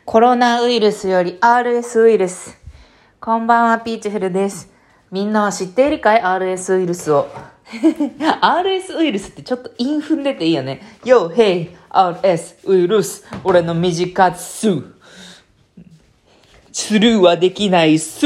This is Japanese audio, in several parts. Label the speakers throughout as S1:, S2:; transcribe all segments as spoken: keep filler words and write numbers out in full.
S1: コロナウイルスより アールエス ウイルス。こんばんは、ピーチフルです。みんなは知っているかい アールエス ウイルスを。アールエス ウイルスってちょっと韻踏んでていいよね。Yo, hey, アールエス ウイルス。俺の短す。スルーはできないす。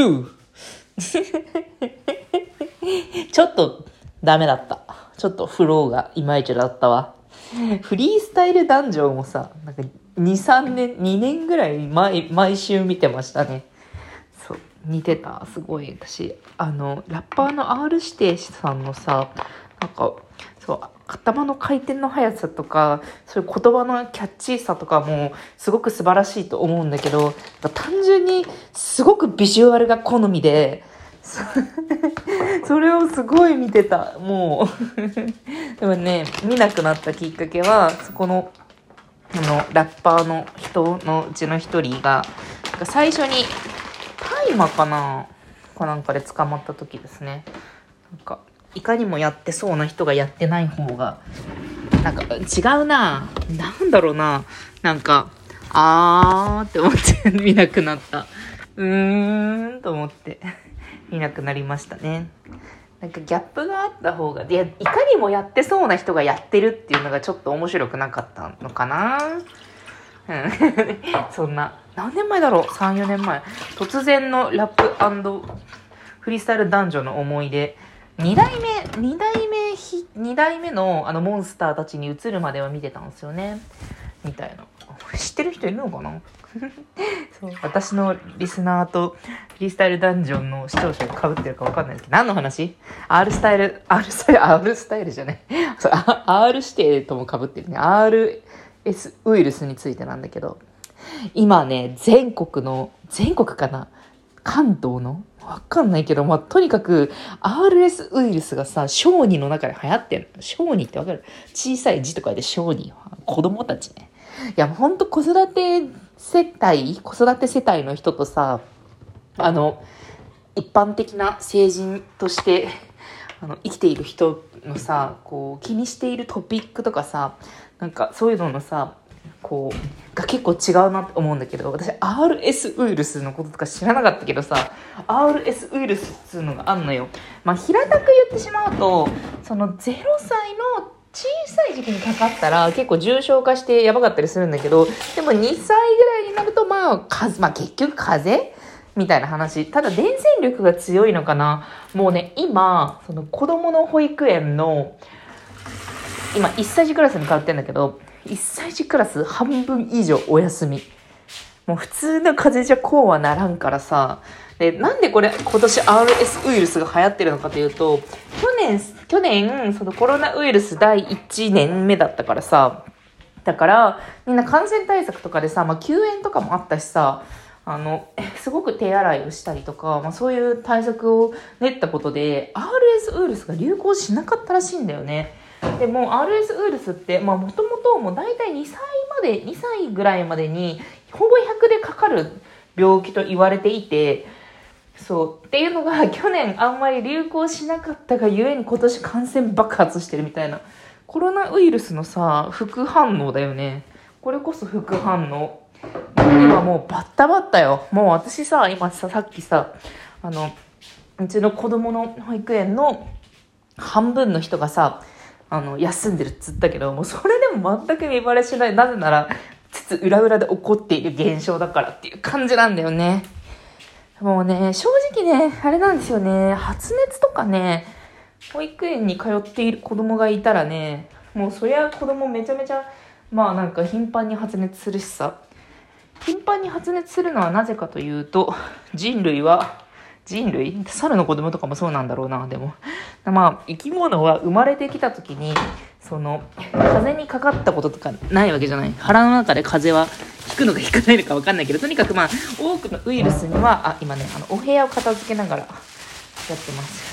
S1: ちょっとダメだった。ちょっとフローがいまいちだったわ。フリースタイルダンジョンもさ、なんかに、さんねん、にねんぐらい毎、毎週見てましたね。そう、似てた。すごい。私、あの、ラッパーの R 指定さんのさ、なんか、そう、頭の回転の速さとか、そういう言葉のキャッチーさとかも、すごく素晴らしいと思うんだけど、単純にすごくビジュアルが好みで、それをすごい見てた。もう。でもね、見なくなったきっかけは、そこの、あの、ラッパーの人のうちの一人が、最初に、大麻かなかなんかで捕まった時ですね。なんか、いかにもやってそうな人がやってない方が、なんか違うな。なんだろうな。なんか、あーって思って見なくなった。うーんと思って。いなくなりましたね。なんかギャップがあった方が、いや、いかにもやってそうな人がやってるっていうのがちょっと面白くなかったのかな。うん、そんな何年前だろう、さん、よねんまえ。突然のラップ&フリースタイル男女の思い出。にだいめにだいめひにだいめのあのモンスターたちに移るまでは見てたんですよね。みたいな。知ってる人いるのかな。そう、私のリスナーとフリースタイルダンジョンの視聴者が被ってるか分かんないですけど、何の話？ R スタイル R スタイル R スタイルじゃないそう R 指定とも被ってるね。 アールエス ウイルスについてなんだけど、今ね、全国の全国かな、関東のわかんないけど、まあ、とにかく アールエス ウイルスがさ、小児の中で流行ってんの。小児ってわかる？小さい字とかで小児、子供たちね。いや、ほんと子育て世帯、子育て世帯の人とさ、あの、一般的な成人として、あの、生きている人のさ、こう、気にしているトピックとかさ、なんかそういうののさ、こう、が結構違うなって思うんだけど、私 アールエス ウイルスのこととか知らなかったけどさ、アールエス ウイルスっていうのがあんのよ。まあ、平たく言ってしまうと、そのゼロさいの小さい時期にかかったら結構重症化してやばかったりするんだけど、でもにさいぐらいになるとまあ、かまあ結局風邪みたいな話。ただ伝染力が強いのかな。もうね、今、その子供の保育園の、今いっさい児クラスに通ってんだけど、いっさい児クラス半分以上お休み。もう普通の風邪じゃこうはならんからさ。で、なんでこれ今年 アールエス ウイルスが流行ってるのかというと、去年、去年、そのコロナウイルスだいいちねんめだったからさ、だからみんな感染対策とかでさ、まあ休園とかもあったしさ、あの、すごく手洗いをしたりとか、まあそういう対策を練ったことで、アールエス ウイルスが流行しなかったらしいんだよね。でも アールエス ウイルスってまあもともともう大体にさいまでにさいぐらいまでにほぼひゃくでかかる病気と言われていて、そうっていうのが去年あんまり流行しなかったがゆえに今年感染爆発してるみたいな、コロナウイルスのさ副反応だよね。これこそ副反応。今もうバッタバッタよ。もう私さ今ささっきさあのうちの子供の保育園の半分の人がさあの休んでるっつったけど、もうそれでも全く見バレしない。なぜならつつ裏裏で起こっている現象だからっていう感じなんだよね。もうね、正直ねあれなんですよね、発熱とかね、保育園に通っている子供がいたらね、もうそりゃ子供めちゃめちゃまあなんか頻繁に発熱するしさ。頻繁に発熱するのはなぜかというと、人類は人類猿の子供とかもそうなんだろうな。でもまあ生き物は生まれてきた時にその風邪にかかったこととかないわけじゃない。腹の中で風邪は引くのか引かないのか分かんないけど、とにかくまあ多くのウイルスにはあ今ねあのお部屋を片付けながらやってます。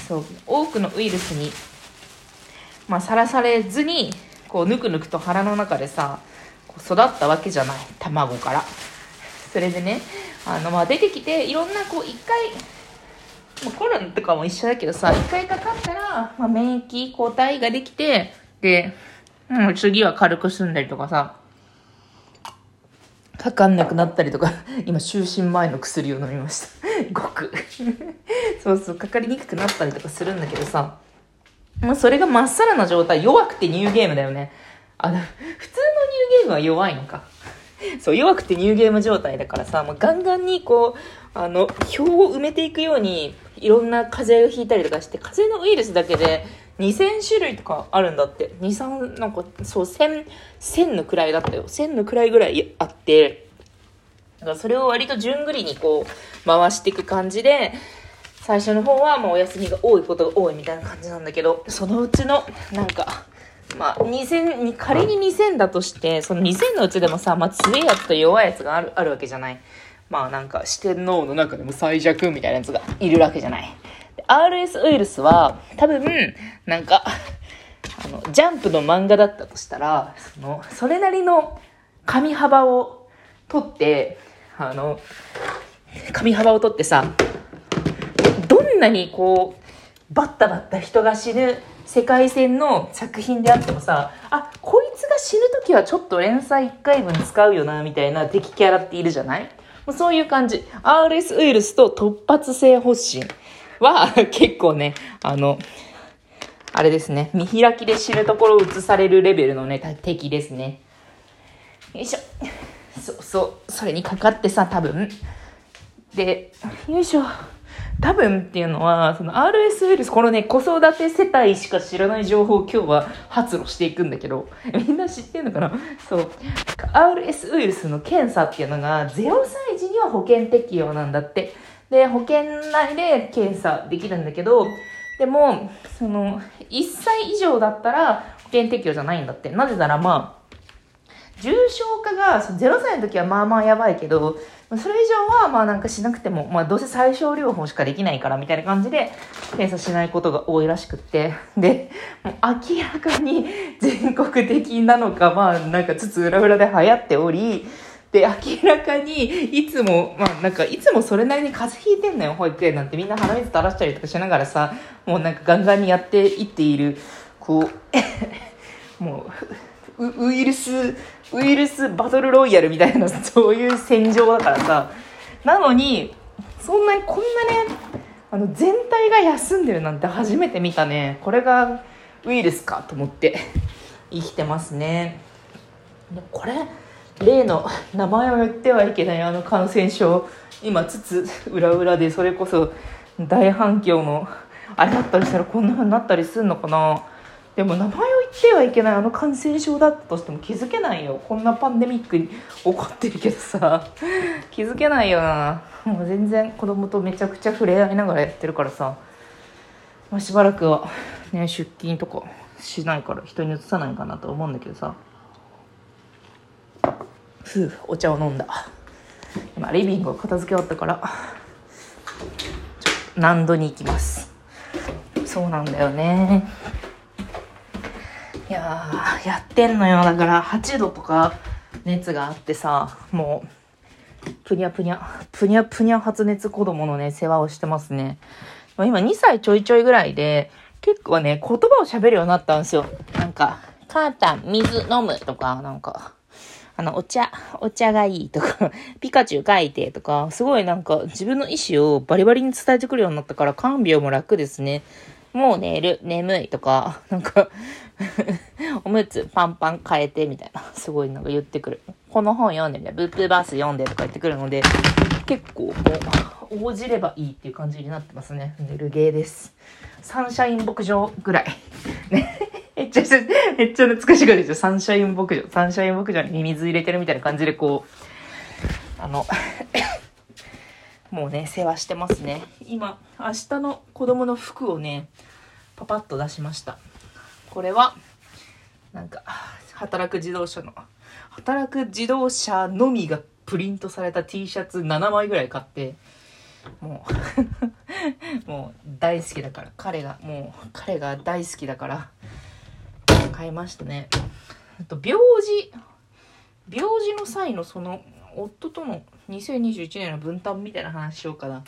S1: そう、多くのウイルスにまあさらされずにこうぬくぬくと腹の中でさこう育ったわけじゃない、卵から。それでねあのまあ出てきていろんなこう一回まあ、コロナとかも一緒だけどさ、一回かかったら、まあ、免疫抗体ができて、で、うん、次は軽く済んだりとかさ、 かかんなくなったりとか、今就寝前の薬を飲みました。ごく。そうそう、かかりにくくなったりとかするんだけどさ、まあ、それがまっさらな状態、弱くてニューゲームだよね。あの、普通のニューゲームは弱いのか。そう、弱くてニューゲーム状態だからさ、もうガンガンにこう、あの、表を埋めていくように、いろんな風邪をひいたりとかして、風邪のウイルスだけでにせん種類とかあるんだって。に、さん、なんか、そう、せん、せんの位だったよ。せんの位ぐらいあって、だからそれを割と順繰りにこう、回していく感じで、最初の方はもうお休みが多いことが多いみたいな感じなんだけど、そのうちの、なんか、まあ、にせん、仮ににせんだとして、そのにせんのうちでもさ、まあ、強いやつと弱いやつがある、あるわけじゃない。まあ、なんか、四天王の中でも最弱みたいなやつがいるわけじゃない。アールエス ウイルスは、多分、なんか、あの、ジャンプの漫画だったとしたら、その、それなりの髪幅を取って、あの、髪幅を取ってさ、どんなにこう、バッタバッタ人が死ぬ世界線の作品であってもさ、あ、こいつが死ぬときはちょっと連載いっかいぶん使うよな、みたいな敵キャラっているじゃない？もうそういう感じ。アールエス ウイルスと突発性発疹は結構ね、あの、あれですね、見開きで死ぬところを映されるレベルのね、敵ですね。よいしょ。そうそう、それにかかってさ、多分。で、よいしょ。多分っていうのは、その アールエス ウイルス、このね、子育て世帯しか知らない情報を今日は発露していくんだけど、みんな知ってんのかな？そう。アールエス ウイルスの検査っていうのが、ゼロさい児には保険適用なんだって。で、保険内で検査できるんだけど、でも、その、いっさい以上だったら保険適用じゃないんだって。なぜならまあ、重症化がゼロさいの時はまあまあやばいけど、それ以上はまあなんかしなくても、まあどうせ最小療法しかできないからみたいな感じで検査しないことが多いらしくって。で、もう明らかに全国的なのか、まあなんかつつ裏裏で流行っており、で、明らかにいつも、まあなんかいつもそれなりに風邪ひいてんのよ、保育園なんて。みんな鼻水垂らしたりとかしながらさ、もうなんかガンガンにやっていっている、こう、もう、ウイルス、ウイルスバトルロイヤルみたいな、そういう戦場だからさ。なのに、そんなにこんなね、あの、全体が休んでるなんて初めて見たね。これがウイルスかと思って生きてますね。でこれ、例の名前を言ってはいけないあの感染症、今つつ裏裏でそれこそ大反響のあれだったりしたらこんな風になったりするのかな。でも名前を言ってはいけないあの感染症だったとしても気づけないよ。こんなパンデミックに起こってるけどさ、気づけないよな。もう全然子供とめちゃくちゃ触れ合いながらやってるからさ、まあ、しばらくはね出勤とかしないから人に移さないかなと思うんだけどさ。ふう、お茶を飲んだ。今リビングを片付け終わったからちょっと難度に行きます。そうなんだよね。いやー、やってんのよ。だからはちどとか熱があってさ、もうプニャプニャプニャプニャ発熱子供のね世話をしてますね。今にさいちょいちょいぐらいで結構ね言葉を喋るようになったんですよ。なんか母ちゃん水飲むとか、なんかあのお茶お茶がいいとかピカチュウ描いてとか、すごいなんか自分の意思をバリバリに伝えてくるようになったから看病も楽ですね。もう寝る、眠いとか、なんかおむつパンパン変えてみたいな、すごいなんか言ってくる。この本読んでみたいな、ブップバース読んでとか言ってくるので、結構もう応じればいいっていう感じになってますね。寝るゲーです。サンシャイン牧場ぐらいね。めっちゃめっちゃ懐かしくですよ。サンシャイン牧場サンシャイン牧場に水入れてるみたいな感じで、こうあのもうね世話してますね。今明日の子供の服をねパパッと出しました。これはなんか働く自動車の働く自動車のみがプリントされた T シャツななまいぐらい買って、もうもう大好きだから、彼がもう彼が大好きだから買いましたね。あと病児病児の際のその夫とのにせんにじゅういちねんの分担みたいな話しようかな。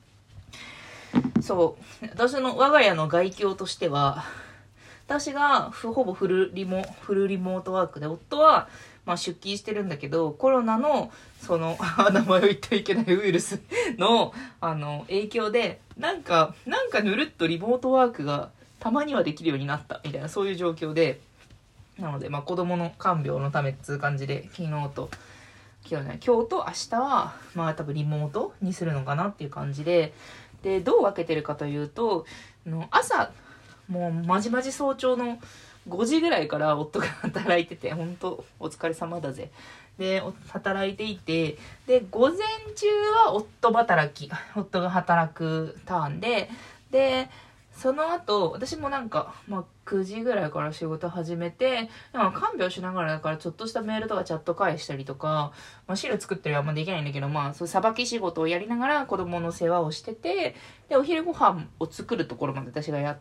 S1: そう、私の我が家の概況としては、私がほぼフルリモフルリモートワークで、夫はまあ、出勤してるんだけど、コロナのその名前を言ってはいけないウイルスのあの影響でなんかなんかぬるっとリモートワークがたまにはできるようになったみたいな、そういう状況で、なのでまあ子供の看病のためっつう感じで、昨日と今日ね今日と明日はまあ多分リモートにするのかなっていう感じで、でどう分けてるかというと、の朝もうまじまじ早朝のごじぐらいから夫が働いてて、本当お疲れ様だぜ。で働いていて、で午前中は夫働き夫が働くターンで、でその後私もなんか、まあ、くじぐらいから仕事始めて、まあ、看病しながらだからちょっとしたメールとかチャット返したりとか、まあ、汁作ってるはあんまできないんだけど、まあそうさばき仕事をやりながら子供の世話をしてて、でお昼ご飯を作るところまで私がやって、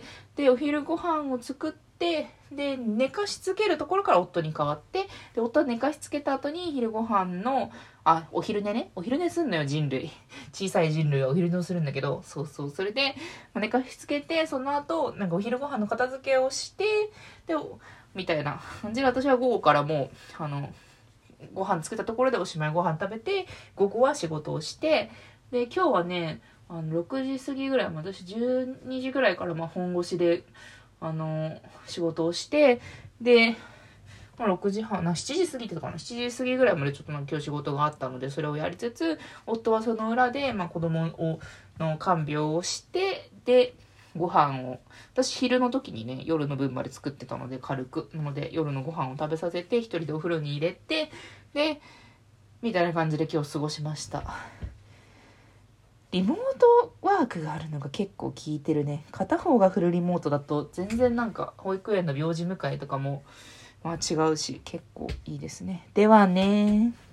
S1: でお昼ご飯を作ってで寝かしつけるところから夫に代わって、で夫は寝かしつけた後に昼ご飯のあお昼寝ねお昼寝すんのよ、人類小さい人類はお昼寝をするんだけど、そうそうそれで寝かしつけて、その後なんかお昼ご飯の片付けをしてでみたいな感じで、私は午後からもうあのご飯作ったところでおしまい、ご飯食べて午後は仕事をして、で今日はねあのろくじ過ぎぐらいまで、私じゅうにじぐらいからまあ本腰であの仕事をして、で、まあ、ろくじはんなしちじ過ぎてたかなしちじ過ぎぐらいまでちょっとなんか今日仕事があったのでそれをやりつつ、夫はその裏で、まあ、子供をの看病をして、でご飯を私昼の時にね夜の分まで作ってたので軽くなので夜のご飯を食べさせて一人でお風呂に入れて、でみたいな感じで今日過ごしました。リモートワークがあるのが結構効いてるね。片方がフルリモートだと全然なんか保育園の病児迎えとかもまあ違うし結構いいですね。ではね。